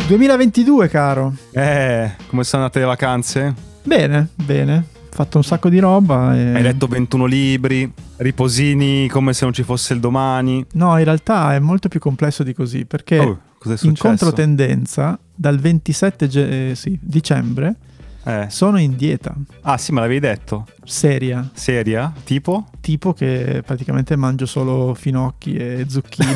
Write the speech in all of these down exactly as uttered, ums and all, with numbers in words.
duemilaventidue, caro. Eh, come sono andate le vacanze? Bene, bene. Ho fatto un sacco di roba. E... Hai letto ventuno libri, riposini come se non ci fosse il domani. No, in realtà è molto più complesso di così, perché oh, cos'è successo? In controtendenza, dal ventisette ge- eh, sì, dicembre, eh. sono in dieta. Ah sì, me l'avevi detto. Seria. Seria? Tipo? Tipo che praticamente mangio solo finocchi e zucchine.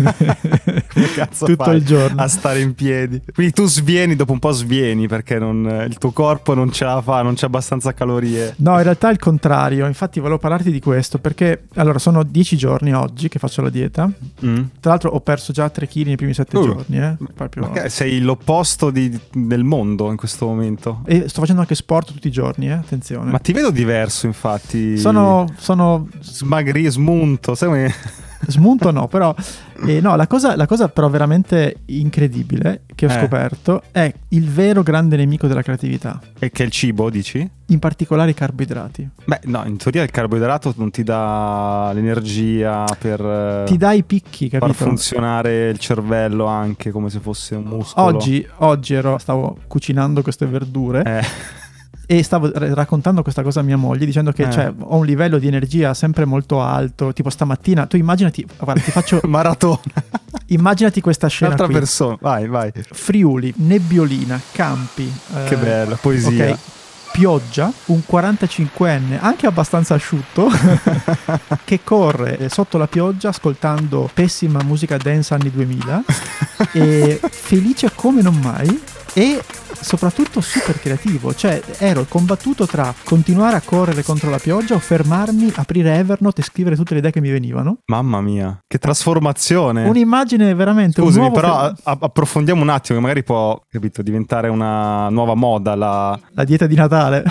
Come cazzo tutto fai il giorno a stare in piedi? Quindi tu svieni, dopo un po' svieni perché non, il tuo corpo non ce la fa, non c'è abbastanza calorie. No, in realtà è il contrario. Infatti volevo parlarti di questo perché allora sono dieci giorni oggi che faccio la dieta. mm. Tra l'altro ho perso già tre chili nei primi sette uh, giorni eh? Proprio... Ma sei l'opposto di, del mondo in questo momento. E sto facendo anche sport tutti i giorni, eh? Attenzione. Ma ti vedo diverso, infatti. Sono, sono... smagri, smunto, sai come... Smunto no, però eh, no, la cosa, la cosa però veramente incredibile che ho eh. scoperto è il vero grande nemico della creatività. E che è il cibo, dici? In particolare i carboidrati. Beh, no, in teoria il carboidrato non ti dà l'energia per... Ti dà i picchi, capito? Far funzionare il cervello anche come se fosse un muscolo. Oggi, oggi ero, stavo cucinando queste verdure... Eh... E stavo r- raccontando questa cosa a mia moglie dicendo che eh. cioè, ho un livello di energia sempre molto alto. Tipo stamattina, tu immaginati, guarda, ti faccio maratona. Immaginati questa scena Un'altra qui. persona, vai, vai. Friuli, nebbiolina, campi. Che eh, bella, poesia. Ok, pioggia, un quarantacinquenne anche abbastanza asciutto che corre sotto la pioggia ascoltando pessima musica dance anni duemila e felice come non mai e soprattutto super creativo. Cioè ero combattuto tra continuare a correre contro la pioggia o fermarmi, aprire Evernote e scrivere tutte le idee che mi venivano. Mamma mia, che trasformazione. Un'immagine veramente. Scusami, un nuovo però fe- a- approfondiamo un attimo, che magari può, capito, diventare una nuova moda la, la dieta di Natale.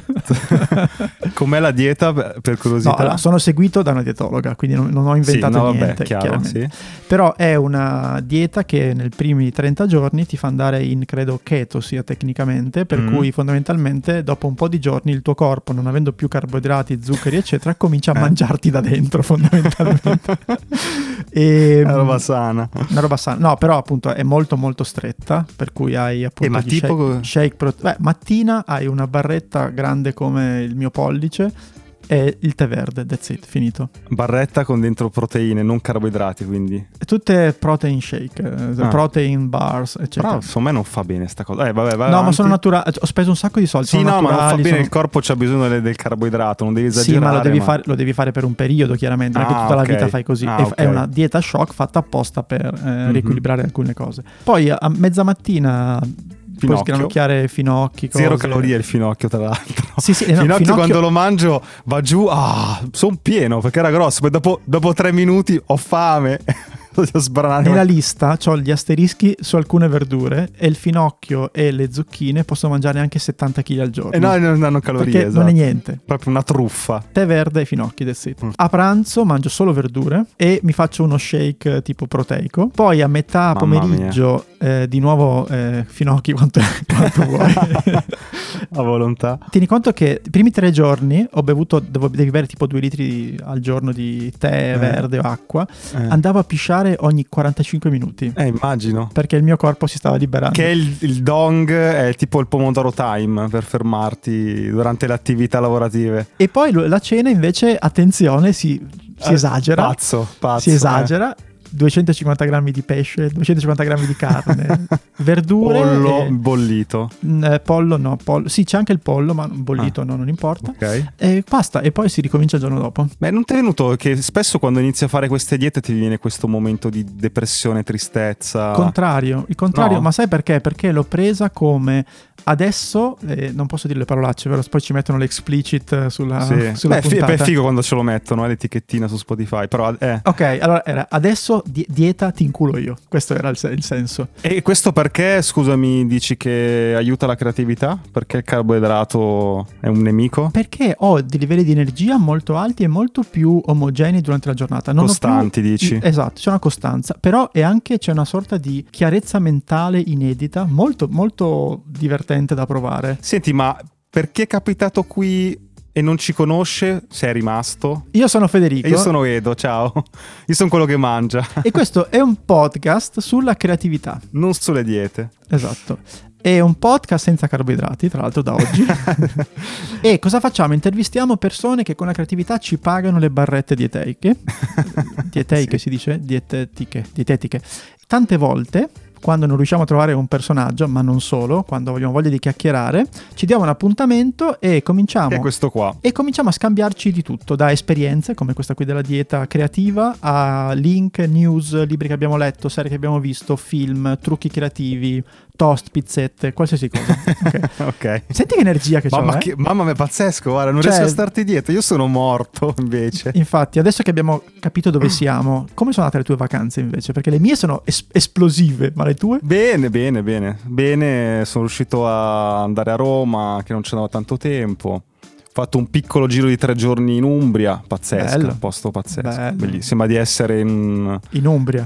Com'è la dieta, per curiosità? No, allora, sono seguito da una dietologa, quindi non, non ho inventato sì, no, niente, vabbè, chiaro, sì. Però è una dieta che nei primi trenta giorni ti fa andare in, credo, keto sia tecnicamente, per mm. cui fondamentalmente dopo un po' di giorni il tuo corpo, non avendo più carboidrati, zuccheri eccetera, comincia a eh. mangiarti da dentro fondamentalmente. E, una roba sana. Una roba sana. No, però appunto è molto molto stretta, per cui hai appunto eh, ma tipo... shake, shake pro- Beh, mattina hai una barretta grande come il mio pollice e il tè verde, that's it, finito. Barretta con dentro proteine, non carboidrati, quindi. Tutte protein shake, ah. protein bars, eccetera. Però secondo me non fa bene sta cosa. Eh, vabbè, vai no, avanti. ma sono naturali, ho speso un sacco di soldi. Sì, sono no, naturali, ma non fa bene, sono... il corpo c'ha bisogno del, del carboidrato, non devi esagerare. Sì, ma lo devi, ma... Fare, lo devi fare per un periodo, chiaramente, non ah, è che tutta okay. la vita fai così. Ah, è, okay. è una dieta shock fatta apposta per eh, mm-hmm. riequilibrare alcune cose. Poi a mezza mattina... puoi sgranocchiare finocchi, cose. Zero calorie il finocchio, tra l'altro. Sì, sì, no, finocchio, finocchio quando lo mangio va giù, ah, sono pieno perché era grosso. Poi dopo, dopo tre minuti ho fame. Nella lista c'ho gli asterischi su alcune verdure e il finocchio e le zucchine posso mangiare anche settanta chili al giorno. E no, non hanno calorie, perché esatto. non è niente. Proprio una truffa. Tè verde e finocchi, that's it. Mm. A pranzo mangio solo verdure e mi faccio uno shake tipo proteico. Poi a metà Mamma pomeriggio eh, di nuovo eh, finocchi quanto, quanto vuoi. A volontà. Tieni conto che i primi tre giorni ho bevuto, devo, devi bere tipo due litri al giorno di tè eh. verde o acqua. Eh. Andavo a pisciare ogni quarantacinque minuti. Eh, immagino. Perché il mio corpo si stava liberando. Che il, il dong è tipo il pomodoro time per fermarti durante le attività lavorative. E poi la cena invece, attenzione, si, si eh, esagera. Pazzo, pazzo. Si esagera. Eh. duecentocinquanta grammi di pesce, duecentocinquanta grammi di carne, verdure. Pollo e... bollito. Eh, pollo no, pollo. Sì, c'è anche il pollo, ma bollito ah. no, non importa. Okay. E pasta, e poi si ricomincia il giorno dopo. Beh, non ti è venuto che spesso quando inizi a fare queste diete ti viene questo momento di depressione, tristezza? Contrario, il contrario, no. Ma sai perché? Perché l'ho presa come adesso, eh, non posso dire le parolacce, però poi ci mettono l'explicit sulla, sì. sulla Beh, puntata. Beh, è figo quando ce lo mettono, eh, l'etichettina su Spotify, però eh. Ok, allora era adesso di- dieta ti inculo io, questo era il, se- il senso. E questo perché, scusami, dici che aiuta la creatività? Perché il carboidrato è un nemico? Perché ho dei livelli di energia molto alti e molto più omogenei durante la giornata. Non Costanti, più... dici? Esatto, c'è una costanza, però è anche c'è una sorta di chiarezza mentale inedita, molto molto divertente da provare. Senti, ma perché è capitato qui e non ci conosce, se è rimasto. Io sono Federico. E io sono Edo, ciao. Io sono quello che mangia. E questo è un podcast sulla creatività. Non sulle diete. Esatto. È un podcast senza carboidrati, tra l'altro da oggi. E cosa facciamo? Intervistiamo persone che con la creatività ci pagano le barrette dietetiche. Dietetiche Sì. si dice? Dietetiche. Dietetiche. Tante volte, quando non riusciamo a trovare un personaggio, ma non solo, quando abbiamo voglia di chiacchierare, ci diamo un appuntamento e cominciamo. Che è questo qua. E cominciamo a scambiarci di tutto, da esperienze come questa qui della dieta creativa a link, news, libri che abbiamo letto, serie che abbiamo visto, film, trucchi creativi, toast, pizzette, qualsiasi cosa. Okay. Ok. Senti che energia che c'ho, Mamma, eh? che, mamma mia, pazzesco, guarda, non Cioè- riesco a starti dietro. Io sono morto invece. Infatti, adesso che abbiamo capito dove siamo, come sono andate le tue vacanze invece? Perché le mie sono es- esplosive, ma le tue? Bene, bene, bene. Bene, sono riuscito a andare a Roma, che non c'era tanto tempo. Ho fatto un piccolo giro di tre giorni in Umbria, pazzesco, Bello. un posto pazzesco. Bello. Bellissimo. Sembra di essere in, In Umbria.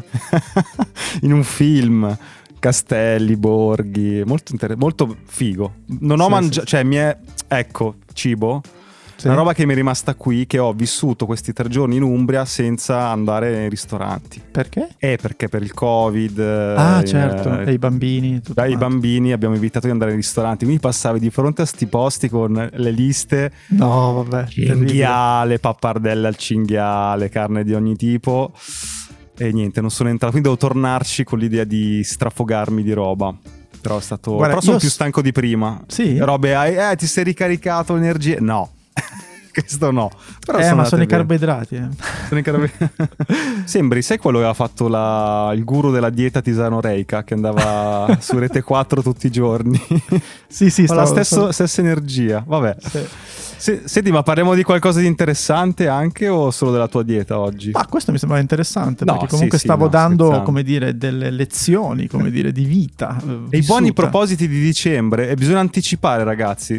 in un film. Castelli, borghi, molto, inter- molto figo. Non ho Sì, mangiato, sì. cioè mi è, ecco, cibo. Sì. Una roba che mi è rimasta qui, che ho vissuto questi tre giorni in Umbria senza andare in ristoranti. Perché? Eh, perché per il Covid. Ah, eh, certo, eh, e i bambini. Tutto dai quanto. bambini abbiamo evitato di andare in ristoranti, quindi passavi di fronte a sti posti con le liste: No, vabbè. terribile. cinghiale, pappardelle al cinghiale, carne di ogni tipo. E niente, non sono entrato, quindi devo tornarci con l'idea di strafogarmi di roba. Però è stato. Guarda, però sono io più s- stanco di prima. Sì? Robe, eh, eh, ti sei ricaricato energie? No. Questo no. Però Eh, ma andate sono i bene. carboidrati. Eh. Sono i carboidrati. Sembri, sai quello che aveva fatto la- il guru della dieta Tisano Reika, che andava su Rete quattro tutti i giorni. Sì, sì, Ho la stavo- stesso- stavo- stessa energia. Vabbè. sì. Se- senti, ma parliamo di qualcosa di interessante anche o solo della tua dieta oggi? Ma questo mi sembrava interessante, No, perché comunque sì, sì, stavo no, dando, scherzando. come dire, delle lezioni, come dire, di vita. eh, E i vissuta. buoni propositi di dicembre, e bisogna anticipare, ragazzi.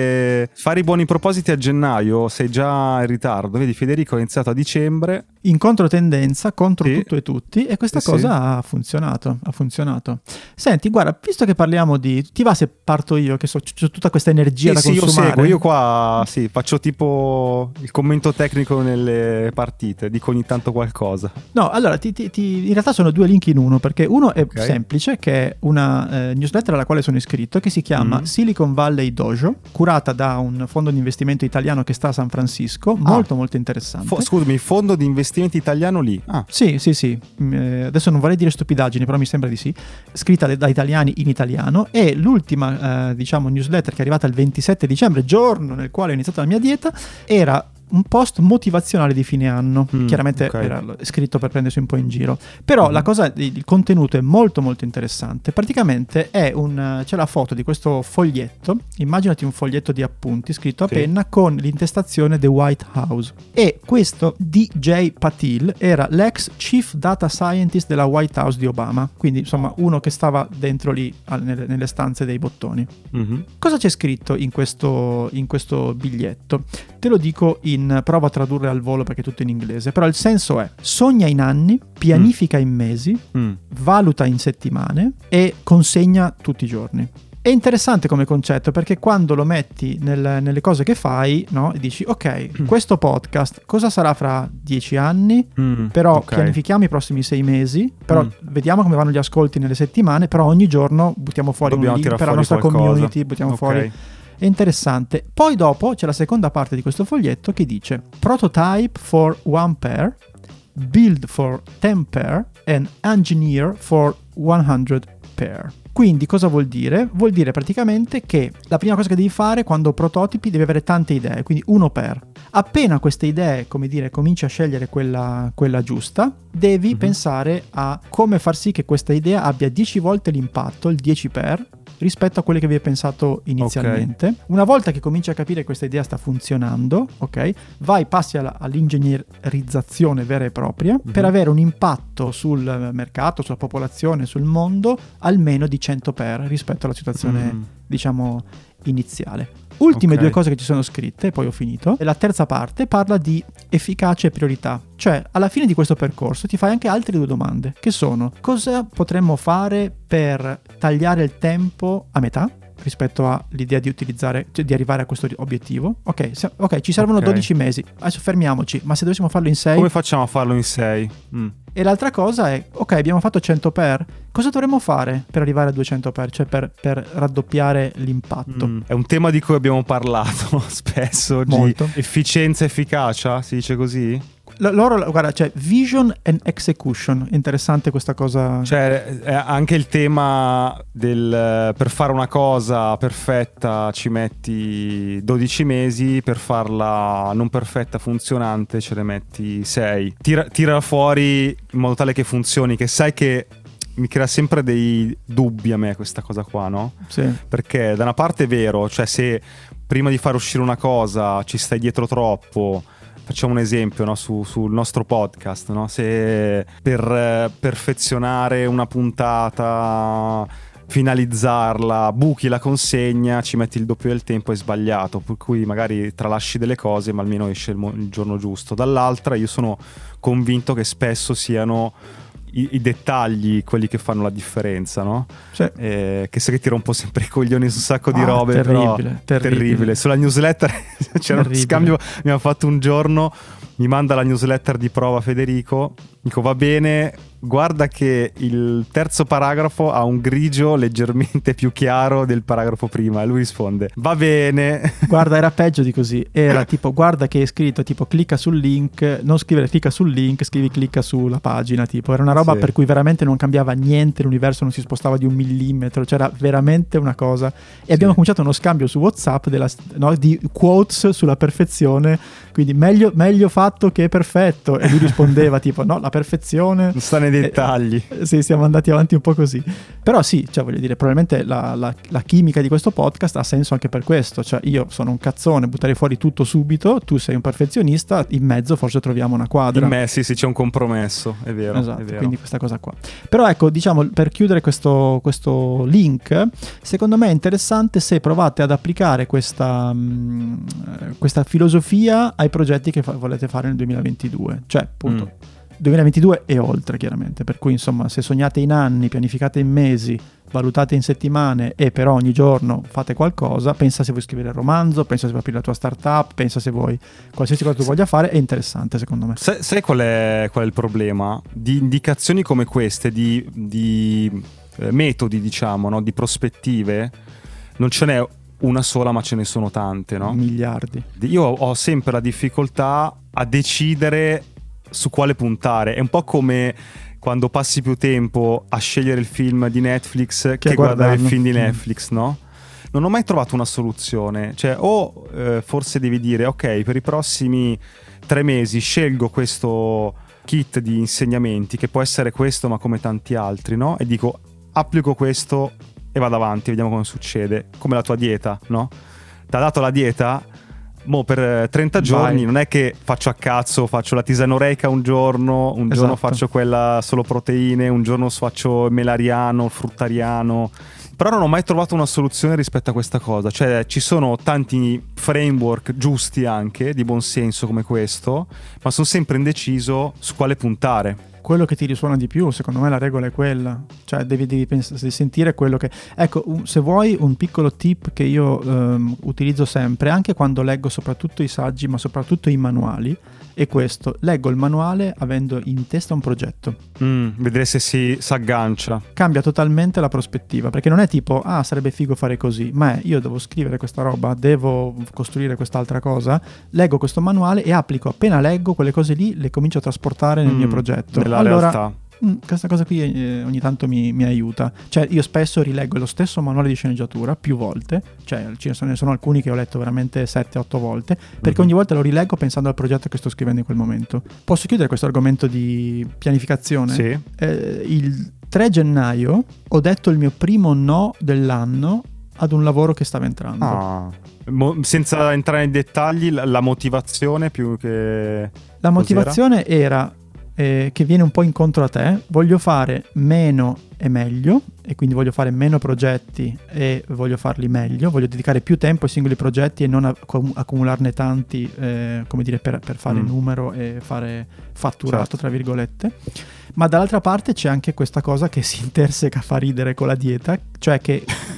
Se fare i buoni propositi a gennaio sei già in ritardo. Vedi, Federico ha iniziato a dicembre. In controtendenza contro Sì. tutto e tutti, e questa Sì, cosa sì. ha funzionato, ha funzionato. Senti, guarda, visto che parliamo di... Ti va se parto io, che so, c'ho tutta questa energia Sì, da sì, io consumare? seguo. Io qua sì, faccio tipo il commento tecnico nelle partite. Dico ogni tanto qualcosa. No, allora, ti- ti- ti- in realtà sono due link in uno, perché uno è Ok. semplice, che è una eh, newsletter alla quale sono iscritto, che si chiama Mm. Silicon Valley Dojo, curata da un fondo di investimento italiano che sta a San Francisco, Ah. molto molto interessante. Fo- scusami, fondo di investimenti italiano lì. Ah, Sì, sì, sì. Mm, eh, adesso non vorrei dire stupidaggini, però mi sembra di sì. Scritta da- da italiani in italiano. E l'ultima, eh, diciamo, newsletter che è arrivata il ventisette dicembre, giorno nel quale ho iniziato la mia dieta, era un post motivazionale di fine anno. Mm, Chiaramente ok. era scritto per prendersi un po' in giro. Però Mm. la cosa, il contenuto è molto molto interessante. Praticamente è un, c'è la foto di questo foglietto. Immaginati un foglietto di appunti scritto a Sì. penna con l'intestazione The White House. E questo D J Patil era l'ex chief data scientist della White House di Obama. Quindi insomma uno che stava dentro lì al- nelle, nelle stanze dei bottoni. mhm. Cosa c'è scritto in questo, in questo biglietto? Te lo dico in prova a tradurre al volo perché è tutto in inglese, però il senso è: sogna in anni, pianifica in mesi, Mm. valuta in settimane e consegna tutti i giorni. È interessante come concetto, perché quando lo metti nel- nelle cose che fai, no? E dici ok, questo podcast cosa sarà fra dieci anni? Mm, Però ok. pianifichiamo i prossimi sei mesi, però Mm. vediamo come vanno gli ascolti nelle settimane, però ogni giorno buttiamo fuori Dobbiamo un link tirar per la fuori nostra qualcosa. community, buttiamo Ok. fuori. È interessante. Poi dopo c'è la seconda parte di questo foglietto che dice Prototype for one pair, Build for ten pair and Engineer for hundred pair. Quindi cosa vuol dire? Vuol dire praticamente che la prima cosa che devi fare quando prototipi devi avere tante idee, quindi uno per. Appena queste idee, come dire, cominci a scegliere quella, quella giusta, devi Mhm. pensare a come far sì che questa idea abbia dieci volte l'impatto, il dieci per, rispetto a quelle che avevi pensato inizialmente. Una volta che cominci a capire che questa idea sta funzionando, ok, vai, passi alla- all'ingegnerizzazione vera e propria Mhm. per avere un impatto sul mercato, sulla popolazione, sul mondo almeno di cento per rispetto alla situazione, Mm. diciamo, iniziale. Ultime Ok. due cose che ci sono scritte, e poi ho finito. E la terza parte parla di efficacia e priorità. Cioè, alla fine di questo percorso ti fai anche altre due domande, che sono: cosa potremmo fare per tagliare il tempo a metà? rispetto all'idea di utilizzare, cioè di arrivare a questo obiettivo. Ok, se, ok, ci servono okay. dodici mesi, adesso fermiamoci, ma se dovessimo farlo in sei? Come facciamo a farlo in sei? Mm. E l'altra cosa è, ok, abbiamo fatto cento per, cosa dovremmo fare per arrivare a duecento per, cioè per, per raddoppiare l'impatto? Mm. È un tema di cui abbiamo parlato spesso, Molto. Di efficienza, efficacia, si dice così? L- loro, guarda, cioè vision and execution, interessante questa cosa. Cioè è anche il tema del per fare una cosa perfetta ci metti dodici mesi, per farla non perfetta, funzionante ce ne metti sei. Tira, tira fuori in modo tale che funzioni, che sai che mi crea sempre dei dubbi a me questa cosa qua, no? Sì. Perché da una parte è vero, cioè se prima di fare uscire una cosa ci stai dietro troppo. Facciamo un esempio, no? Su, sul nostro podcast, no? Se per eh, perfezionare una puntata, finalizzarla, buchi la consegna, ci metti il doppio del tempo, è sbagliato, per cui magari tralasci delle cose ma almeno esce il, mo- il giorno giusto. Dall'altra io sono convinto che spesso siano i, i dettagli quelli che fanno la differenza, no? Sì. Eh, che se che ti rompo sempre i coglioni su un sacco di ah, robe, terribile, però terribile. terribile. Sulla newsletter c'era uno scambio, mi ha fatto un giorno, mi manda la newsletter di prova Federico, dico va bene, guarda che il terzo paragrafo ha un grigio leggermente più chiaro del paragrafo prima, e lui risponde va bene. Guarda, era peggio di così, era tipo guarda che è scritto tipo clicca sul link, non scrivere clicca sul link, scrivi clicca sulla pagina, tipo era una roba sì. Per cui veramente non cambiava niente, l'universo non si spostava di un millimetro, c'era veramente una cosa, e sì. Abbiamo cominciato uno scambio su WhatsApp della, no, di quotes sulla perfezione, quindi meglio, meglio fatto che perfetto, e lui rispondeva tipo no, la perfezione non sta nei dettagli. Eh, sì, siamo andati avanti un po' così, però sì, cioè voglio dire, probabilmente la, la, la chimica di questo podcast ha senso anche per questo, cioè io sono un cazzone, buttare fuori tutto subito, tu sei un perfezionista, in mezzo forse troviamo una quadra. In me sì, sì, c'è un compromesso, è vero. Esatto, è vero. Quindi questa cosa qua. Però ecco, diciamo, per chiudere questo, questo link, secondo me è interessante se provate ad applicare questa, mh, questa filosofia ai progetti che fa- volete fare nel duemilaventidue, cioè appunto mm. duemilaventidue e oltre chiaramente, per cui insomma se sognate in anni, pianificate in mesi, valutate in settimane e però ogni giorno fate qualcosa, pensa se vuoi scrivere il romanzo, pensa se vuoi aprire la tua startup, pensa se vuoi qualsiasi cosa tu voglia fare, è interessante secondo me. Sai, sai qual è, qual è il problema? Di indicazioni come queste, di, di eh, metodi diciamo, no? Di prospettive, non ce n'è una sola ma ce ne sono tante, no? Miliardi. Io ho sempre la difficoltà a decidere su quale puntare, è un po' come quando passi più tempo a scegliere il film di Netflix che, che guardare il film di Netflix, no? Non ho mai trovato una soluzione, cioè o eh, forse devi dire ok, per i prossimi tre mesi scelgo questo kit di insegnamenti che può essere questo ma come tanti altri, no? E dico applico questo e vado avanti, vediamo come succede, come la tua dieta, no? Ti ha dato la dieta? Mo per trenta giorni Vai. Non è che faccio a cazzo, faccio la tisana oreica un giorno, un esatto. giorno faccio quella solo proteine, un giorno faccio melariano, fruttariano. Però non ho mai trovato una soluzione rispetto a questa cosa. Cioè ci sono tanti framework giusti anche, di buon senso come questo, ma sono sempre indeciso su quale puntare. Quello che ti risuona di più, secondo me la regola è quella, cioè devi, devi pensare, devi sentire quello che... Ecco, un, se vuoi un piccolo tip che io um, utilizzo sempre, anche quando leggo soprattutto i saggi, ma soprattutto i manuali, è questo: leggo il manuale avendo in testa un progetto. Mm, vedere se si aggancia. Cambia totalmente la prospettiva, perché non è tipo, ah, sarebbe figo fare così, ma è, io devo scrivere questa roba, devo costruire quest'altra cosa, leggo questo manuale e applico, appena leggo quelle cose lì, le comincio a trasportare nel mm, mio progetto. Nella allora, realtà. Mh, questa cosa qui eh, ogni tanto mi, mi aiuta, cioè io spesso rileggo lo stesso manuale di sceneggiatura più volte, cioè ce ne sono, ne sono alcuni che ho letto veramente sette otto volte, perché mm-hmm. ogni volta lo rileggo pensando al progetto che sto scrivendo in quel momento. Posso chiudere questo argomento di pianificazione? Sì. Eh, il tre gennaio ho detto il mio primo no dell'anno ad un lavoro che stava entrando. Ah. Mo- senza entrare nei dettagli, la, la motivazione più che... La motivazione Cos'era? era... Eh, che viene un po' incontro a te, voglio fare meno e meglio, e quindi voglio fare meno progetti e voglio farli meglio, voglio dedicare più tempo ai singoli progetti e non acc- accumularne tanti, eh, come dire, per, per fare mm. numero e fare fatturato, certo. tra virgolette. Ma dall'altra parte c'è anche questa cosa che si interseca, fa ridere con la dieta, cioè che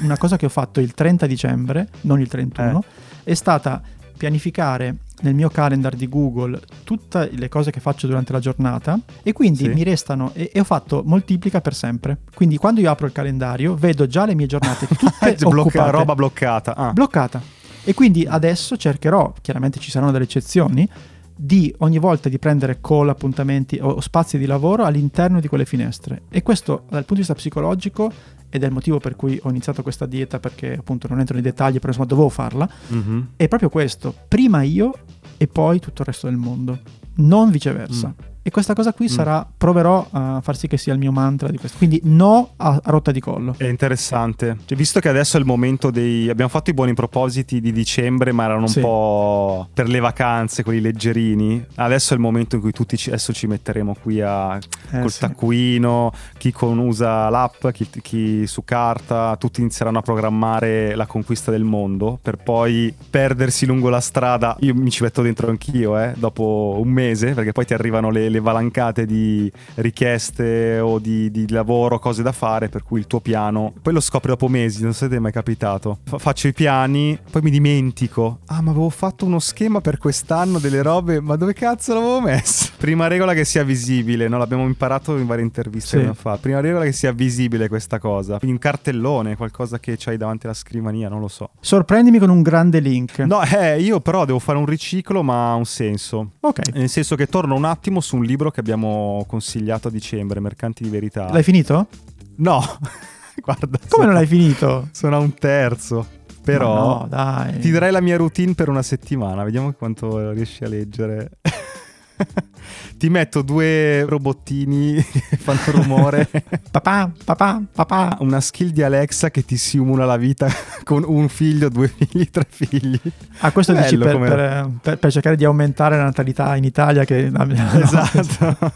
una cosa che ho fatto il trenta dicembre, non il trentuno, eh. è stata pianificare nel mio calendar di Google tutte le cose che faccio durante la giornata e quindi sì. mi restano e, e ho fatto moltiplica per sempre. Quindi quando io apro il calendario vedo già le mie giornate tutte Blocca, roba bloccata. Ah. Bloccata. E quindi adesso cercherò, chiaramente ci saranno delle eccezioni, di ogni volta di prendere call, appuntamenti o spazi di lavoro all'interno di quelle finestre. E questo dal punto di vista psicologico ed è il motivo per cui ho iniziato questa dieta, perché appunto non entro nei dettagli, però insomma dovevo farla, mm-hmm. è proprio questo, prima io e poi tutto il resto del mondo, non viceversa. Mm. E questa cosa qui mm. sarà, proverò a far sì che sia il mio mantra di questo. Quindi no a, a rotta di collo. È interessante. Cioè, visto che adesso è il momento dei... Abbiamo fatto i buoni propositi di dicembre, ma erano un sì. po' per le vacanze, quelli leggerini. Adesso è il momento in cui tutti ci... adesso ci metteremo qui a... eh, col sì. taccuino, chi con usa l'app, chi, chi su carta, tutti inizieranno a programmare la conquista del mondo per poi perdersi lungo la strada. Io mi ci metto dentro anch'io, eh, dopo un mese, perché poi ti arrivano le le valancate di richieste o di, di lavoro, cose da fare, per cui il tuo piano poi lo scopri dopo mesi. Non so se ti è mai capitato. Fa- faccio i piani, poi mi dimentico, ah ma avevo fatto uno schema per quest'anno delle robe, ma dove cazzo l'avevo messo? Prima regola che sia visibile, no? L'abbiamo imparato in varie interviste sì. che abbiamo fatto. Prima regola che sia visibile questa cosa, quindi un cartellone, qualcosa che c'hai davanti alla scrivania, non lo so. Sorprendimi con un grande link. No, eh, io però devo fare un riciclo, ma ha un senso. Ok. Nel senso che torno un attimo su un libro che abbiamo consigliato a dicembre, Mercanti di Verità. L'hai finito? No. Guarda. Come sono, non l'hai finito? Sono a un terzo. Però no, dai. Ti darei la mia routine per una settimana. Vediamo quanto riesci a leggere. Ti metto due robottini che fanno rumore. Papà, papà, papà. Una skill di Alexa che ti simula la vita con un figlio, due figli, tre figli. Ah, questo dici per, per, per, per cercare di aumentare la natalità in Italia che... Esatto.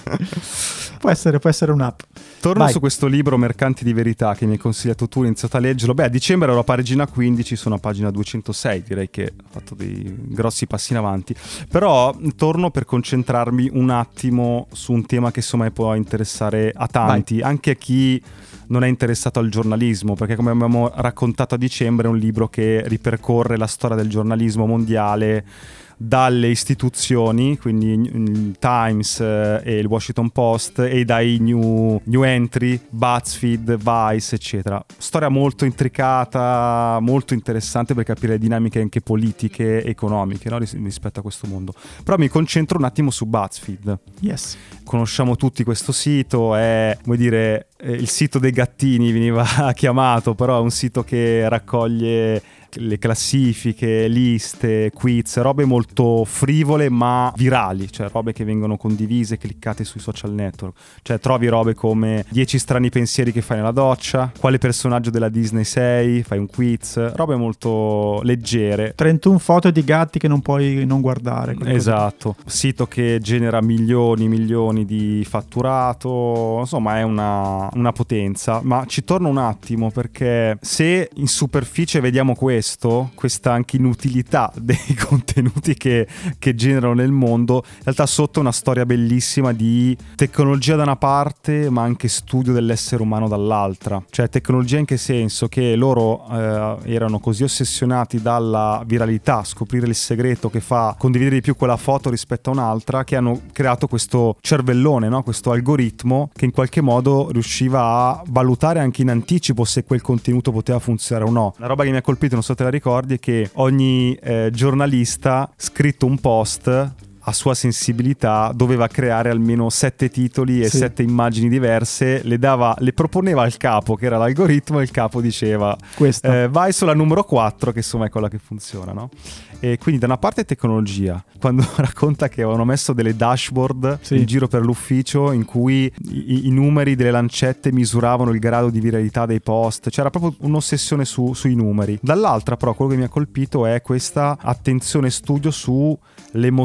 Può essere, può essere un'app. Torno Vai. su questo libro Mercanti di Verità che mi hai consigliato tu, ho iniziato a leggerlo. Beh, a dicembre ero a pagina quindici, sono a pagina duecentosei, direi che ho fatto dei grossi passi in avanti. Però torno per concentrarmi un attimo su un tema che insomma può interessare a tanti, Vai. anche a chi non è interessato al giornalismo, perché come abbiamo raccontato a dicembre è un libro che ripercorre la storia del giornalismo mondiale dalle istituzioni, quindi il Times eh, e il Washington Post, e dai new, new entry, BuzzFeed, Vice, eccetera. Storia molto intricata, molto interessante per capire le dinamiche anche politiche e economiche, no? Ris- rispetto a questo mondo. Però mi concentro un attimo su BuzzFeed. Yes. Conosciamo tutti questo sito, è, come dire, eh, il sito dei gattini veniva chiamato, però è un sito che raccoglie le classifiche, liste, quiz, robe molto frivole ma virali, cioè robe che vengono condivise, cliccate sui social network. Cioè trovi robe come dieci strani pensieri che fai nella doccia, quale personaggio della Disney sei, fai un quiz, robe molto leggere. trentuno foto di gatti che non puoi non guardare. Esatto, sito che genera milioni e milioni di fatturato, insomma è una, una potenza. Ma ci torno un attimo, perché se in superficie vediamo questo, questa anche inutilità dei contenuti che, che generano nel mondo, in realtà sotto una storia bellissima di tecnologia da una parte ma anche studio dell'essere umano dall'altra. Cioè tecnologia in che senso? Che loro eh, erano così ossessionati dalla viralità, scoprire il segreto che fa condividere di più quella foto rispetto a un'altra, che hanno creato questo cervellone, no? Questo algoritmo che in qualche modo riusciva a valutare anche in anticipo se quel contenuto poteva funzionare o no. La roba che mi ha colpito, non so te la ricordi, è che ogni eh, giornalista scritto un post a sua sensibilità doveva creare almeno sette titoli e sì. sette immagini diverse, le dava, le proponeva al capo che era l'algoritmo e il capo diceva eh, vai sulla numero quattro, che insomma è quella che funziona, no? E quindi da una parte tecnologia, quando racconta che avevano messo delle dashboard sì. in giro per l'ufficio in cui i, i numeri delle lancette misuravano il grado di viralità dei post, c'era proprio un'ossessione su, sui numeri. Dall'altra però quello che mi ha colpito è questa attenzione e studio su l'emozione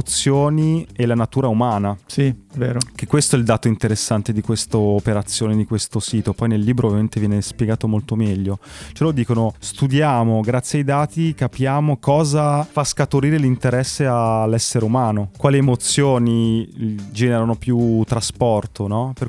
emozioni e la natura umana. Sì, vero. Che questo è il dato interessante di questa operazione, di questo sito. Poi nel libro ovviamente viene spiegato molto meglio. Ce lo dicono, studiamo, grazie ai dati capiamo cosa fa scaturire l'interesse all'essere umano, quali emozioni generano più trasporto, no? Per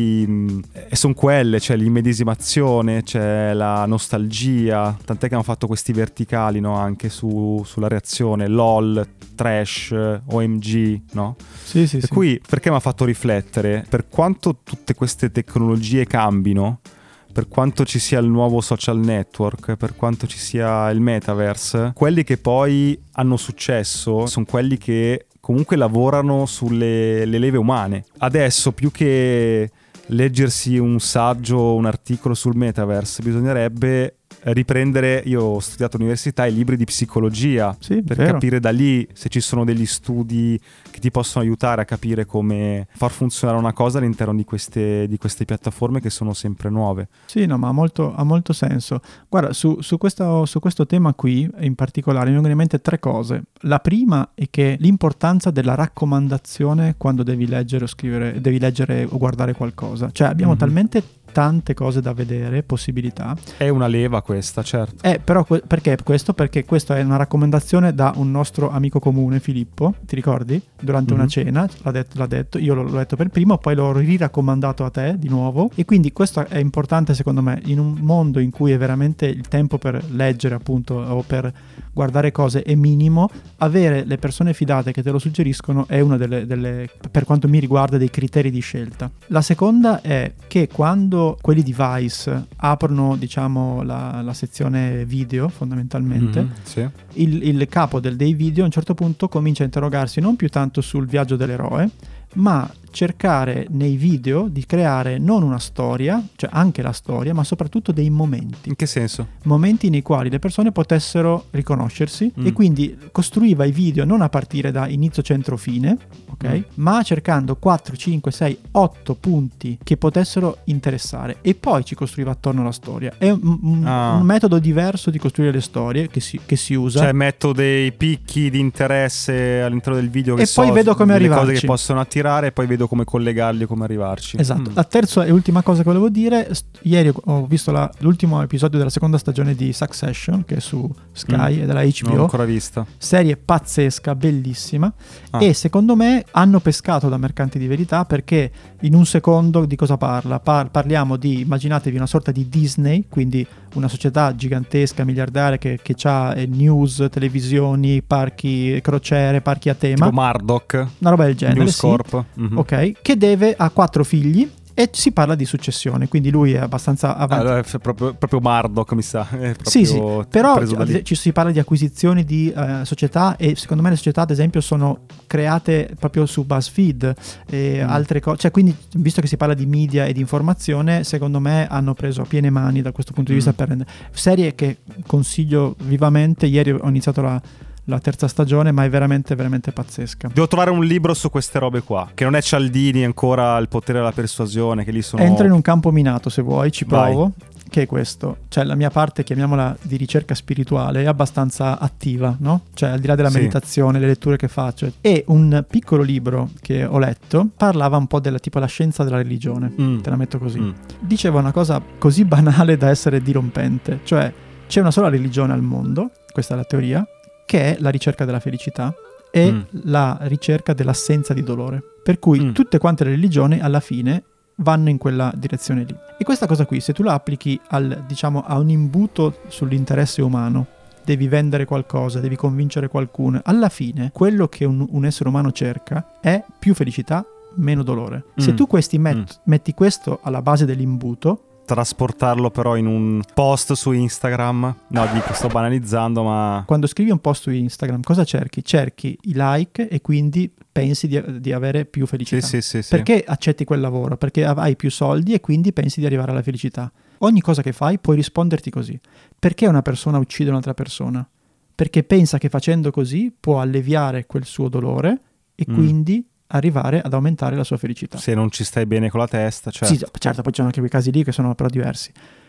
cui e sono quelle, c'è l'immedesimazione, c'è la nostalgia, tant'è che hanno fatto questi verticali, no? Anche su, sulla reazione, LOL, trash, O M G, no? Sì, sì, per sì. cui perché mi ha fatto riflettere, per quanto tutte queste tecnologie cambino, per quanto ci sia il nuovo social network, per quanto ci sia il metaverse, quelli che poi hanno successo sono quelli che comunque lavorano sulle le leve umane. Adesso più che leggersi un saggio, un articolo sul metaverse, bisognerebbe riprendere, io ho studiato all'università, i libri di psicologia, sì, per vero. capire da lì se ci sono degli studi che ti possono aiutare a capire come far funzionare una cosa all'interno di queste, di queste piattaforme che sono sempre nuove. Sì, no, ma ha molto, ha molto senso. Guarda, su, su, questo, su questo tema qui in particolare mi vengono in mente tre cose. La prima è che l'importanza della raccomandazione quando devi leggere o scrivere, devi leggere o guardare qualcosa. Cioè abbiamo mm-hmm. talmente tante cose da vedere, possibilità. È una leva questa, certo. Eh, però que- perché questo? Perché questa è una raccomandazione da un nostro amico comune, Filippo, ti ricordi? Durante mm-hmm. una cena, l'ha detto, l'ha detto, io l'ho, l'ho letto per primo, poi l'ho riraccomandato a te di nuovo, e quindi questo è importante secondo me, in un mondo in cui è veramente il tempo per leggere appunto o per guardare cose è minimo, avere le persone fidate che te lo suggeriscono è una delle, delle, per quanto mi riguarda, dei criteri di scelta. La seconda è che quando quelli di Vice aprono, diciamo, la, la sezione video fondamentalmente, mm-hmm, sì. il, il capo del, dei video a un certo punto comincia a interrogarsi non più tanto sul viaggio dell'eroe, ma cercare nei video di creare non una storia, cioè anche la storia, ma soprattutto dei momenti. In che senso? Momenti nei quali le persone potessero riconoscersi, mm. e quindi costruiva i video non a partire da inizio, centro, fine, ok? Mm. Ma cercando quattro, cinque, sei, otto punti che potessero interessare, e poi ci costruiva attorno alla storia. È un, un, ah. un metodo diverso di costruire le storie che si, che si usa. Cioè metto dei picchi di interesse all'interno del video che e so, poi vedo come arrivarci. Le cose che possono attirare, e poi vedo come collegarli e come arrivarci. Esatto. Mm. La terza e ultima cosa che volevo dire, st- ieri ho visto la, l'ultimo episodio della seconda stagione di Succession, che è su Sky mm. e della H B O. Non l'ho ancora vista. Serie pazzesca, bellissima, ah. e secondo me hanno pescato da Mercanti di Verità, perché in un secondo di cosa parla? Par- parliamo di, immaginatevi una sorta di Disney, quindi una società gigantesca, miliardaria, che, che ha eh, news, televisioni, parchi, crociere, parchi a tema. Tipo Murdoch. Una roba del genere, News sì. Corp. Mm-hmm. Ok, che deve, ha quattro figli, e si parla di successione, quindi lui è abbastanza avanti. Ah, è proprio, proprio Murdoch, mi sa. È sì, sì, però ci si parla di acquisizioni di uh, società, e secondo me le società ad esempio sono create proprio su BuzzFeed e mm. altre cose, cioè quindi visto che si parla di media e di informazione, secondo me hanno preso a piene mani da questo punto di vista, mm. per serie che consiglio vivamente. Ieri ho iniziato la la terza stagione, ma è veramente veramente pazzesca. Devo trovare un libro su queste robe qua, che non è Cialdini ancora, Il potere della persuasione, che lì sono... Entra in un campo minato, se vuoi, ci provo. Vai. Che è questo, cioè la mia parte, chiamiamola di ricerca spirituale, è abbastanza attiva, no? Cioè al di là della sì. meditazione, le letture che faccio, e un piccolo libro che ho letto parlava un po' della tipo la scienza della religione, mm. te la metto così, mm. diceva una cosa così banale da essere dirompente, cioè c'è una sola religione al mondo, questa è la teoria, che è la ricerca della felicità e mm. la ricerca dell'assenza di dolore, per cui mm. tutte quante le religioni alla fine vanno in quella direzione lì. E questa cosa qui, se tu la applichi al, diciamo, a un imbuto sull'interesse umano, devi vendere qualcosa, devi convincere qualcuno, alla fine quello che un, un essere umano cerca è più felicità, meno dolore. Mm. Se tu questi met- mm. metti questo alla base dell'imbuto, trasportarlo però in un post su Instagram, no, dico, sto banalizzando, ma quando scrivi un post su Instagram cosa cerchi? Cerchi i like, e quindi pensi di, di avere più felicità. Sì, sì, sì, perché sì. accetti quel lavoro? Perché hai più soldi e quindi pensi di arrivare alla felicità. Ogni cosa che fai puoi risponderti così. Perché una persona uccide un'altra persona? Perché pensa che facendo così può alleviare quel suo dolore e mm. quindi arrivare ad aumentare la sua felicità. Se non ci stai bene con la testa, certo. Sì, certo, poi ci sono anche quei casi lì che sono però diversi.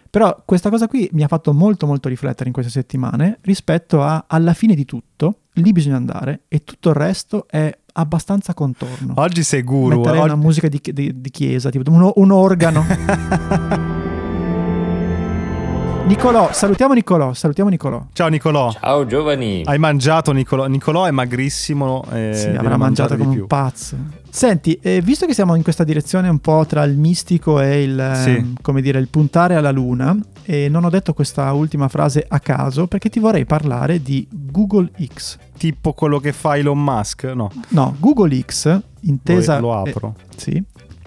Però questa cosa qui mi ha fatto molto molto riflettere in queste settimane rispetto a alla fine di tutto, lì bisogna andare e tutto il resto è abbastanza contorno. Oggi sei guru. Metterei oggi... una musica di, di, di chiesa, tipo un, un organo. Nicolò, salutiamo Nicolò, salutiamo Nicolò. Ciao Nicolò. Ciao giovani. Hai mangiato Nicolò? Nicolò è magrissimo. Eh, sì, avrà mangiato come un pazzo. Senti, eh, visto che siamo in questa direzione un po' tra il mistico e il, sì. eh, come dire, il puntare alla luna, e non ho detto questa ultima frase a caso perché ti vorrei parlare di Google X. Tipo quello che fa Elon Musk, no? No, Google X, intesa... Lo, lo apro. Eh, sì.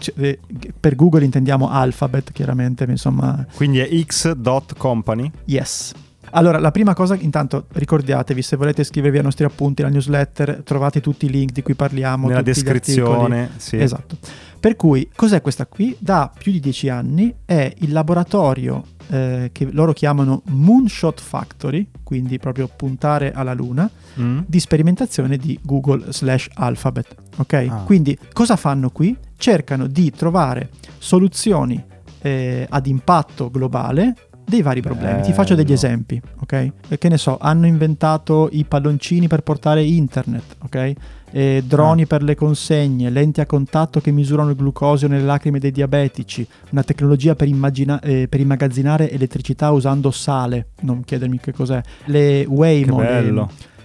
Per Google intendiamo Alphabet, chiaramente, insomma. Quindi è x dot company? Yes. Allora, la prima cosa, intanto ricordatevi, se volete iscrivervi ai nostri appunti, alla newsletter, trovate tutti i link di cui parliamo. Nella tutti descrizione, sì. Esatto. Per cui, cos'è questa qui? Da più di dieci anni è il laboratorio eh, che loro chiamano Moonshot Factory, quindi proprio puntare alla luna, mm. di sperimentazione di Google slash Alphabet. Ok? Ah. Quindi, cosa fanno qui? Cercano di trovare soluzioni eh, ad impatto globale dei vari problemi. Bello. Ti faccio degli esempi, ok? Che ne so, hanno inventato i palloncini per portare internet, ok? E droni ah. per le consegne, lenti a contatto che misurano il glucosio nelle lacrime dei diabetici, una tecnologia per, immagina- eh, per immagazzinare elettricità usando sale, non chiedermi che cos'è, le Waymo, le,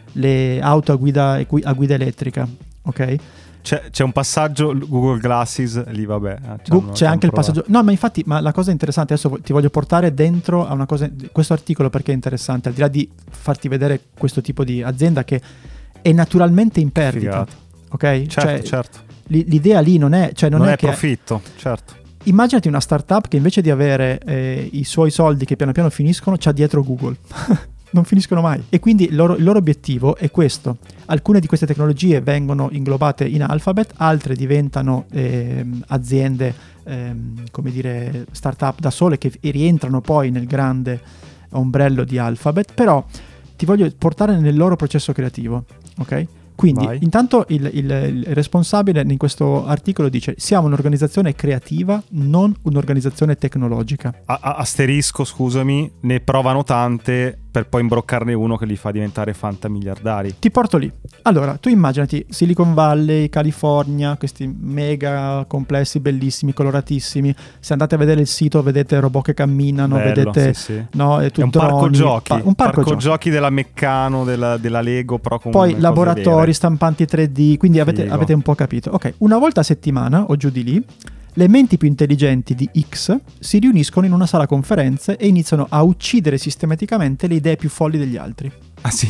le auto a guida, a guida elettrica, ok? C'è, c'è un passaggio Google Glasses lì, vabbè. Google, c'è anche il passaggio. No, ma infatti, ma la cosa interessante, adesso ti voglio portare dentro a una cosa, questo articolo perché è interessante, al di là di farti vedere questo tipo di azienda che è naturalmente in perdita. Figata. Ok? Certo, cioè, certo. L'idea lì non è, cioè non, non è, è che profitto, certo. Immaginati una startup che invece di avere eh, i suoi soldi che piano piano finiscono, c'ha dietro Google. Non finiscono mai. E quindi il loro, il loro obiettivo è questo. Alcune di queste tecnologie vengono inglobate in Alphabet, altre diventano eh, aziende, eh, come dire, startup da sole che rientrano poi nel grande ombrello di Alphabet, però ti voglio portare nel loro processo creativo, ok? Quindi Vai. intanto il, il, il responsabile in questo articolo dice: siamo un'organizzazione creativa, non un'organizzazione tecnologica. A- a- asterisco, scusami, ne provano tante per poi imbroccarne uno che li fa diventare fantamiliardari. Ti porto lì. Allora, tu immaginati Silicon Valley, California, questi mega complessi bellissimi, coloratissimi. Se andate a vedere il sito vedete robot che camminano, Bello, vedete sì, sì. No, è, è un droni, parco giochi, pa- un parco, parco giochi. giochi della Meccano, della, della Lego, però con poi laboratori, vere. Stampanti tre D, quindi avete, avete un po' capito. Ok, una volta a settimana o giù di lì le menti più intelligenti di X si riuniscono in una sala conferenze e iniziano a uccidere sistematicamente le idee più folli degli altri. Ah sì?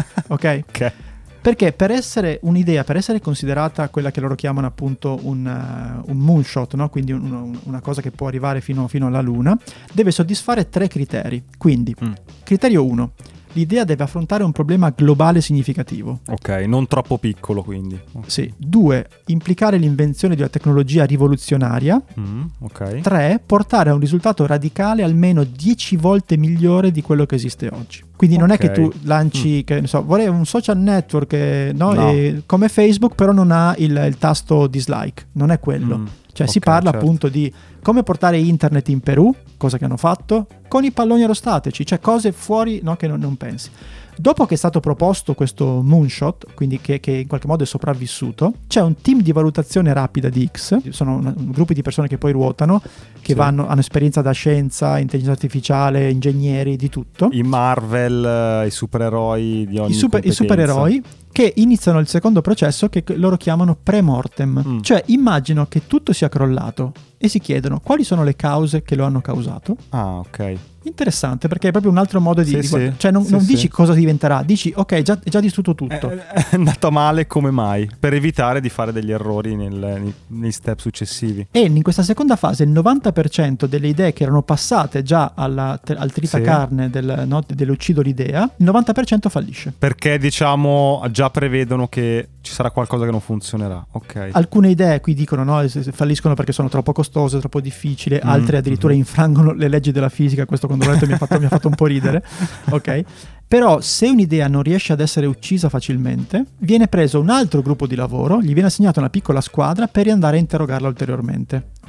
Ok? Ok. Perché per essere un'idea, per essere considerata quella che loro chiamano appunto un, uh, un moonshot, no? Quindi un, un, una cosa che può arrivare fino, fino alla luna, deve soddisfare tre criteri. Quindi, mm. criterio uno. L'idea deve affrontare un problema globale significativo. Ok, non troppo piccolo quindi. Okay. Sì. Due, implicare l'invenzione di una tecnologia rivoluzionaria. Mm, ok. Tre, portare a un risultato radicale almeno dieci volte migliore di quello che esiste oggi. Quindi non okay. è che tu lanci, mm. che ne so, vorrei un social network eh, no? No. E, come Facebook, però non ha il, il tasto dislike. Non è quello. Mm. Cioè okay, si parla certo. appunto di come portare internet in Perù, cosa che hanno fatto, con i palloni aerostatici, cioè cose fuori no, che non, non pensi. Dopo che è stato proposto questo moonshot, quindi che, che in qualche modo è sopravvissuto, c'è un team di valutazione rapida di X, sono una, un gruppo di persone che poi ruotano, che sì. vanno, hanno esperienza da scienza, intelligenza artificiale, ingegneri, di tutto. I Marvel, i supereroi di ogni I, super, competenza. I supereroi che iniziano il secondo processo che loro chiamano pre-mortem. Mm. Cioè immagino che tutto sia crollato e si chiedono quali sono le cause che lo hanno causato. Ah, ok. Interessante, perché è proprio un altro modo di, sì, di sì. cioè non, sì, non sì. dici cosa diventerà, dici ok, già, è già distrutto tutto. È, è andato male come mai, per evitare di fare degli errori nel, nei, nei step successivi. E in questa seconda fase il novanta per cento delle idee che erano passate già alla, al tritacarne sì. del, no, dell'uccido l'idea, il novanta per cento fallisce. Perché diciamo già prevedono che ci sarà qualcosa che non funzionerà. Ok. Alcune idee qui dicono no, falliscono perché sono troppo costose, troppo difficili, mm, altre addirittura mm-hmm. infrangono le leggi della fisica. Questo quando l'ho letto mi ha fatto, mi ha fatto un po' ridere. Ok. Però se un'idea non riesce ad essere uccisa facilmente, viene preso un altro gruppo di lavoro, gli viene assegnata una piccola squadra per andare a interrogarla ulteriormente.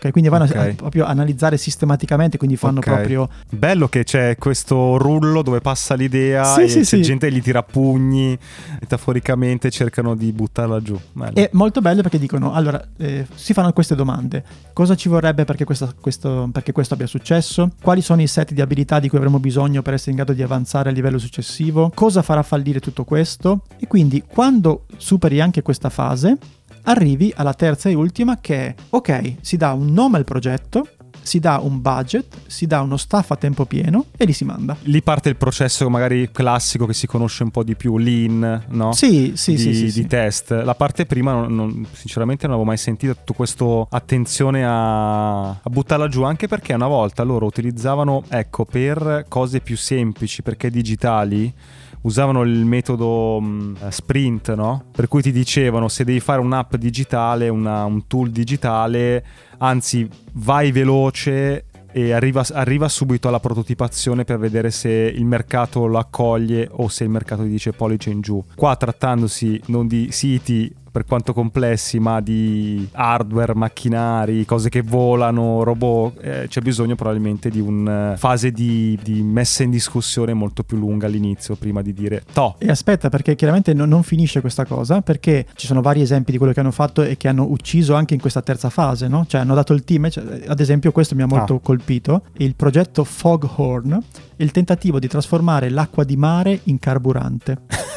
Okay, quindi vanno okay. a, proprio a analizzare sistematicamente, quindi fanno okay. proprio... Bello che c'è questo rullo dove passa l'idea sì, e sì, c'è sì. gente che gli tira pugni, metaforicamente cercano di buttarla giù. Bello. È molto bello perché dicono, allora, eh, si fanno queste domande. Cosa ci vorrebbe perché, questa, questo, perché questo abbia successo? Quali sono i set di abilità di cui avremo bisogno per essere in grado di avanzare al livello successivo? Cosa farà fallire tutto questo? E quindi quando superi anche questa fase, arrivi alla terza e ultima che è, ok, si dà un nome al progetto, si dà un budget, si dà uno staff a tempo pieno e li si manda. Lì parte il processo magari classico che si conosce un po' di più, lean, no? Sì, sì, di, sì, sì, di sì. test. La parte prima non, non, sinceramente non avevo mai sentito tutto questo attenzione a, a buttarla giù, anche perché una volta loro utilizzavano, ecco, per cose più semplici, perché digitali, usavano il metodo um, sprint, no? Per cui ti dicevano se devi fare un'app digitale, una, un tool digitale, anzi vai veloce e arriva, arriva subito alla prototipazione per vedere se il mercato lo accoglie o se il mercato ti dice pollice in giù. Qua trattandosi non di siti per quanto complessi, ma di hardware, macchinari, cose che volano, robot, eh, c'è bisogno probabilmente di una fase di, di messa in discussione molto più lunga all'inizio, prima di dire to. E aspetta, perché chiaramente no, non finisce questa cosa, perché ci sono vari esempi di quello che hanno fatto e che hanno ucciso anche in questa terza fase, no? Cioè hanno dato il team, cioè, ad esempio questo mi ha molto ah. colpito, il progetto Foghorn, il tentativo di trasformare l'acqua di mare in carburante.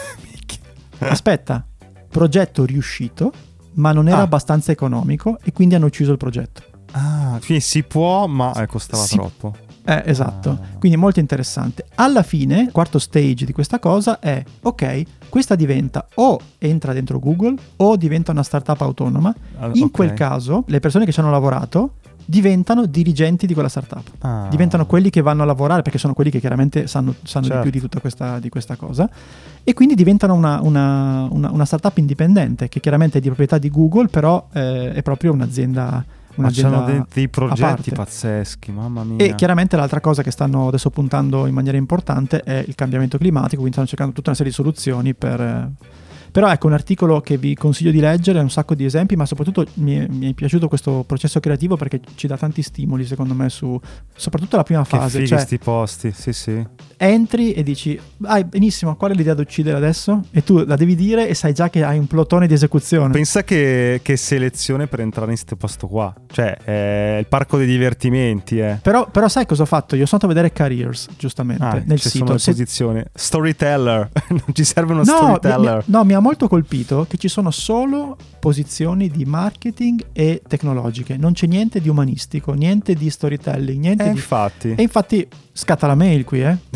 Aspetta, progetto riuscito, ma non era ah. abbastanza economico e quindi hanno ucciso il progetto. Ah, quindi si può, ma eh, costava si... troppo. Eh, esatto, ah. quindi molto interessante. Alla fine, il quarto stage di questa cosa è, ok, questa diventa o entra dentro Google o diventa una startup autonoma. In okay. quel caso, le persone che ci hanno lavorato diventano dirigenti di quella startup, ah. diventano quelli che vanno a lavorare, perché sono quelli che chiaramente sanno, sanno certo. di più di tutta questa, di questa cosa, e quindi diventano una, una, una, una startup indipendente che chiaramente è di proprietà di Google, però eh, è proprio un'azienda, un'azienda ma c'hanno dei progetti pazzeschi, mamma mia. E chiaramente l'altra cosa che stanno adesso puntando in maniera importante è il cambiamento climatico, quindi stanno cercando tutta una serie di soluzioni per... Però ecco, un articolo che vi consiglio di leggere, un sacco di esempi, ma soprattutto mi è, mi è piaciuto questo processo creativo perché ci dà tanti stimoli, secondo me, su soprattutto la prima fase. Che fighi cioè, sti posti, sì sì. Entri e dici, ah, benissimo, qual è l'idea da uccidere adesso? E tu la devi dire e sai già che hai un plotone di esecuzione. Pensa che, che selezione per entrare in questo posto qua. Cioè, è il parco dei divertimenti, eh. Però, però sai cosa ho fatto? Io sono andato a vedere careers, giustamente, ah, nel ci sito. Sono le Se... posizioni. Storyteller. Non ci serve uno no, storyteller. Mi, no, mi ha molto colpito che ci sono solo posizioni di marketing e tecnologiche, non c'è niente di umanistico, niente di storytelling, niente eh, di... infatti. E infatti scatta la mail qui, eh.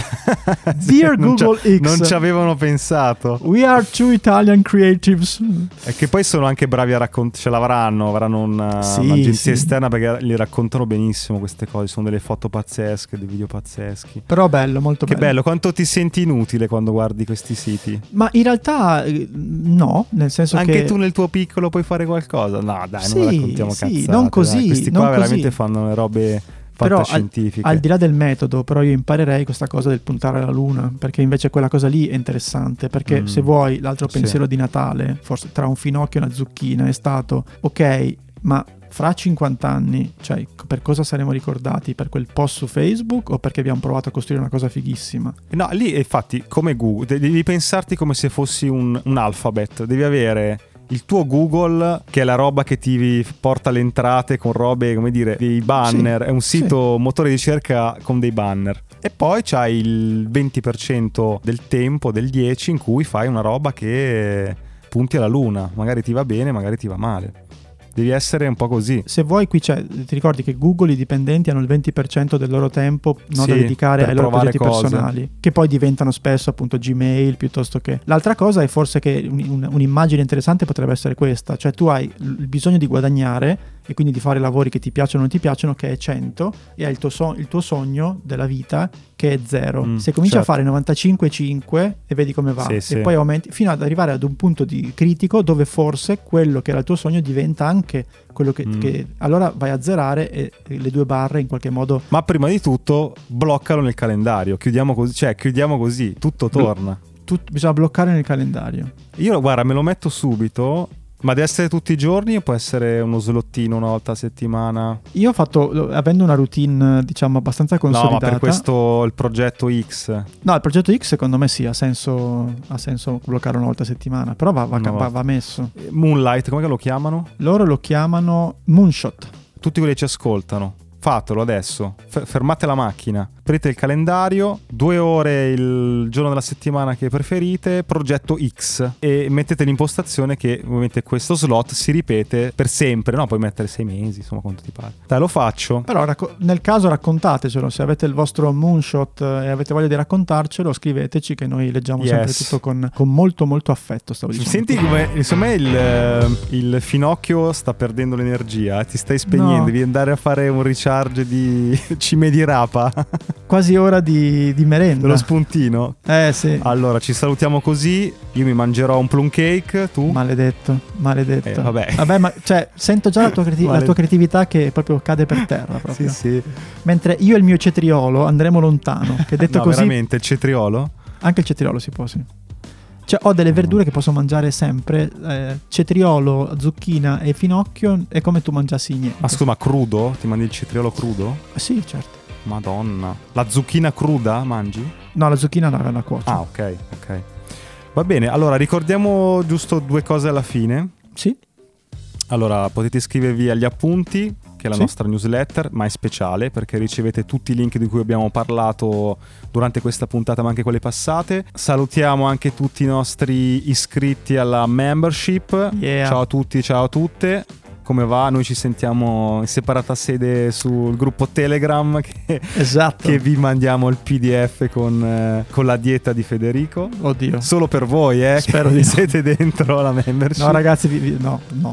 Dear non Google X, non ci avevano pensato. We are two Italian creatives. E che poi sono anche bravi a raccontare, ce l'avranno, avranno una, sì, un'agenzia sì. esterna perché li raccontano benissimo queste cose, sono delle foto pazzesche, dei video pazzeschi. Però bello, molto che bello. Che bello, quanto ti senti inutile quando guardi questi siti? Ma in realtà no, nel senso anche che... Anche tu nel tuo piccolo puoi fare qualcosa? No dai, sì, non raccontiamo sì, cazzate. non così, dai. Questi non qua così. veramente fanno le robe... Però al, al di là del metodo, però io imparerei questa cosa del puntare alla luna, perché invece quella cosa lì è interessante, perché mm. se vuoi l'altro sì. pensiero di Natale, forse tra un finocchio e una zucchina, è stato ok, ma fra cinquanta anni, cioè per cosa saremo ricordati? Per quel post su Facebook o perché abbiamo provato a costruire una cosa fighissima? No, lì infatti come Google, devi pensarti come se fossi un, un alphabet, devi avere... il tuo Google, che è la roba che ti porta le entrate con robe, come dire, dei banner, sì, è un sito sì. motore di ricerca con dei banner. E poi c'hai il venti per cento del tempo, del dieci, in cui fai una roba che punti alla luna. Magari ti va bene, magari ti va male. Devi essere un po' così. Se vuoi qui c'è, ti ricordi che Google i dipendenti hanno il venti per cento del loro tempo no, sì, da dedicare ai loro progetti cose. personali, che poi diventano spesso appunto Gmail piuttosto che... L'altra cosa è forse che un, un, un'immagine interessante potrebbe essere questa, cioè tu hai il bisogno di guadagnare e quindi di fare lavori che ti piacciono o non ti piacciono, che è cento, e hai il tuo, so- il tuo sogno della vita che è zero. Mm, Se cominci certo. a fare novantacinque virgola cinque e vedi come va, sì, e sì. poi aumenti fino ad arrivare ad un punto di critico dove forse quello che era il tuo sogno diventa anche quello che, mm. che allora vai a zerare e le due barre in qualche modo. Ma prima di tutto bloccalo nel calendario, chiudiamo così, cioè chiudiamo così, tutto torna. Tut- bisogna bloccare nel calendario. Io guarda, me lo metto subito Ma deve essere tutti i giorni o può essere uno slottino una volta a settimana? Io ho fatto, avendo una routine diciamo abbastanza consolidata. No, ma per questo il progetto X. No, il progetto X secondo me sì, ha senso, ha senso bloccare una volta a settimana, però va, va, No, va, va messo. Moonlight, come lo chiamano? Loro lo chiamano Moonshot. Tutti quelli che ci ascoltano, fatelo adesso, F- fermate la macchina, aprite il calendario, due ore il giorno della settimana che preferite, progetto X, e mettete l'impostazione che ovviamente questo slot si ripete per sempre, no? Puoi mettere sei mesi, insomma quanto ti pare. Dai, lo faccio. Però racco- nel caso raccontatecelo, se avete il vostro moonshot e avete voglia di raccontarcelo, scriveteci che noi leggiamo Yes. sempre tutto con, con molto molto affetto, stavo dicendo. Senti come, insomma, il, il finocchio sta perdendo l'energia, ti stai spegnendo, No. devi andare a fare un recharge di cime di rapa. Quasi ora di, di merenda. Dello spuntino. Eh sì. Allora, ci salutiamo così. Io mi mangerò un plum cake, tu? Maledetto, maledetto. Eh, vabbè. Vabbè, ma cioè, sento già la tua, creati- la Maled- tua creatività che proprio cade per terra. Proprio. Sì, sì. Mentre io e il mio cetriolo andremo lontano. Che detto No, così, veramente, il cetriolo? anche il cetriolo si può, sì. Cioè, ho delle verdure che posso mangiare sempre. Eh, cetriolo, zucchina e finocchio è come tu mangiassi niente. Ma scusa, ma crudo? Ti mandi il cetriolo crudo? Sì, certo. Madonna. La zucchina cruda mangi? No, la zucchina la, la cuocio. Ah, ok, ok. Va bene, allora ricordiamo giusto due cose alla fine. Sì. Allora, potete iscrivervi agli appunti, che è la Sì. nostra newsletter, ma è speciale perché ricevete tutti i link di cui abbiamo parlato durante questa puntata, ma anche quelle passate. Salutiamo anche tutti i nostri iscritti alla membership. Yeah. Ciao a tutti, ciao a tutte. Come va? Noi ci sentiamo in separata sede sul gruppo Telegram che, Esatto. che vi mandiamo il P D F con, eh, con la dieta di Federico. Oddio. Solo per voi, eh? Spero che di no. siete dentro la membership. No, ragazzi, vi, vi- no, no.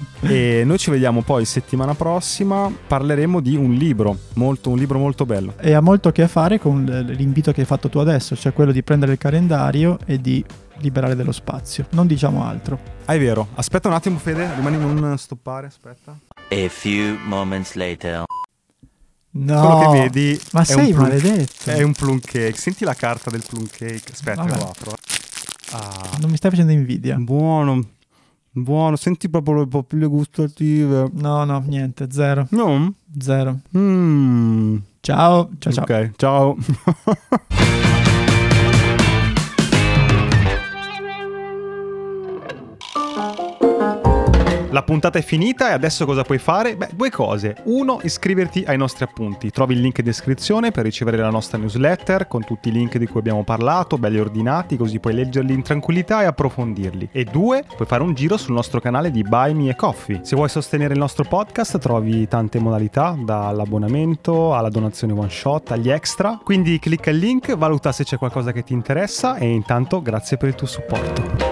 E noi ci vediamo poi settimana prossima. Parleremo di un libro, molto, un libro molto bello. E ha molto a che fare con l- l'invito che hai fatto tu adesso, cioè quello di prendere il calendario e di liberare dello spazio. Non diciamo altro. Ah, è vero. Aspetta un attimo, Fede, rimani non stoppare, aspetta. A few moments later. No. Quello che vedi Ma è sei un plum- maledetto. È un plum cake. Senti la carta del plum cake. Aspetta, Vabbè. lo apro. Ah, Non mi stai facendo invidia. buono. Buono, senti proprio le papille gustative. No, no, niente, zero. No? Zero. Mm. Ciao, ciao, ciao. Ok, ciao. La puntata è finita e adesso cosa puoi fare? Beh, due cose. Uno, iscriverti ai nostri appunti. Trovi il link in descrizione per ricevere la nostra newsletter con tutti i link di cui abbiamo parlato, belli ordinati, così puoi leggerli in tranquillità e approfondirli. E due, puoi fare un giro sul nostro canale di Buy Me a Coffee. Se vuoi sostenere il nostro podcast trovi tante modalità, dall'abbonamento alla donazione one shot, agli extra. Quindi clicca il link, valuta se c'è qualcosa che ti interessa e intanto grazie per il tuo supporto.